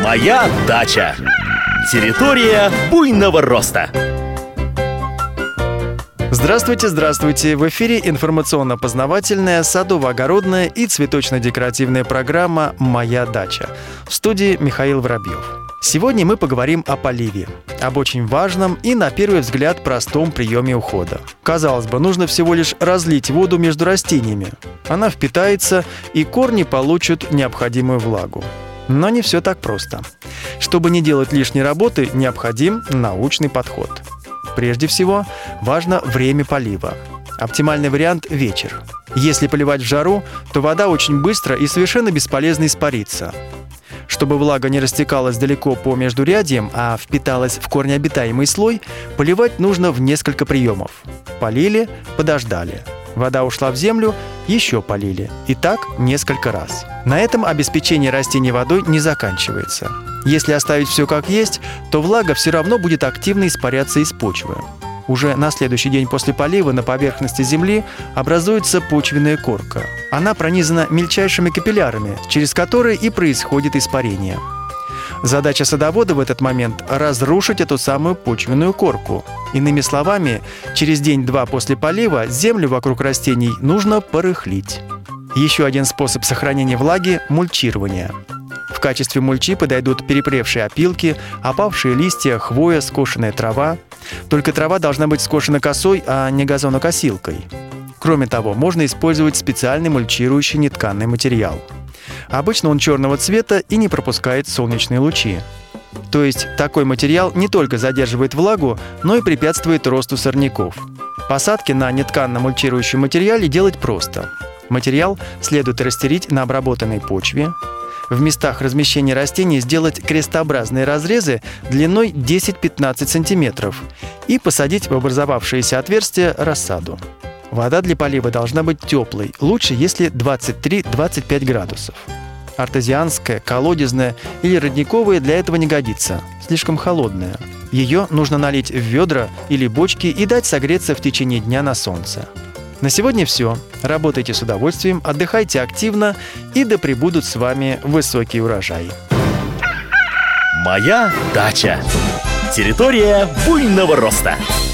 Моя дача. Территория буйного роста. Здравствуйте, здравствуйте! В эфире информационно-познавательная, садово-огородная и цветочно-декоративная программа «Моя дача». В студии Михаил Воробьев. Сегодня мы поговорим о поливе, об очень важном и, на первый взгляд, простом приеме ухода. Казалось бы, нужно всего лишь разлить воду между растениями. Она впитается, и корни получат необходимую влагу. Но не все так просто. Чтобы не делать лишней работы, необходим научный подход. Прежде всего, важно время полива. Оптимальный вариант – вечер. Если поливать в жару, то вода очень быстро и совершенно бесполезно испарится. Чтобы влага не растекалась далеко по междурядьям, а впиталась в корнеобитаемый слой, поливать нужно в несколько приемов. Полили, подождали. Вода ушла в землю, еще полили. И так несколько раз. На этом обеспечение растений водой не заканчивается. Если оставить все как есть, то влага все равно будет активно испаряться из почвы. Уже на следующий день после полива на поверхности земли образуется почвенная корка. Она пронизана мельчайшими капиллярами, через которые и происходит испарение. Задача садовода в этот момент – разрушить эту самую почвенную корку. Иными словами, через день-два после полива землю вокруг растений нужно порыхлить. Еще один способ сохранения влаги – мульчирование. В качестве мульчи подойдут перепревшие опилки, опавшие листья, хвоя, скошенная трава. Только трава должна быть скошена косой, а не газонокосилкой. Кроме того, можно использовать специальный мульчирующий нетканный материал. Обычно он черного цвета и не пропускает солнечные лучи. То есть такой материал не только задерживает влагу, но и препятствует росту сорняков. Посадки на нетканном мульчирующем материале делать просто. Материал следует расстелить на обработанной почве. В местах размещения растений сделать крестообразные разрезы длиной 10-15 см и посадить в образовавшиеся отверстия рассаду. Вода для полива должна быть теплой, лучше, если 23-25 градусов. Артезианская, колодезная или родниковая для этого не годится, слишком холодная. Ее нужно налить в ведра или бочки и дать согреться в течение дня на солнце. На сегодня все. Работайте с удовольствием, отдыхайте активно, и да пребудут с вами высокие урожаи. Моя дача. Территория буйного роста.